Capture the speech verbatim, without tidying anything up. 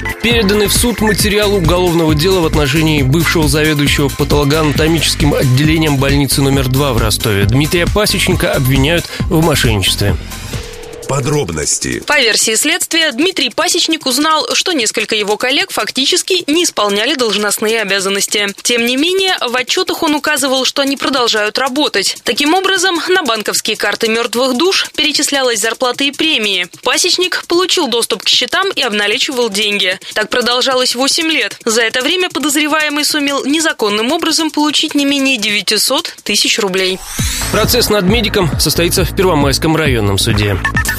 Переданы в суд материалы уголовного дела в отношении бывшего заведующего патологоанатомическим отделением больницы номер два в Ростове. Дмитрия Пасечника обвиняют в мошенничестве. Подробности. По версии следствия, Дмитрий Пасечник узнал, что несколько его коллег фактически не исполняли должностные обязанности. Тем не менее, в отчетах он указывал, что они продолжают работать. Таким образом, на банковские карты мертвых душ перечислялась зарплата и премии. Пасечник получил доступ к счетам и обналичивал деньги. Так продолжалось восемь лет. За это время подозреваемый сумел незаконным образом получить не менее девятьсот тысяч рублей. Процесс над медиком состоится в Первомайском районном суде.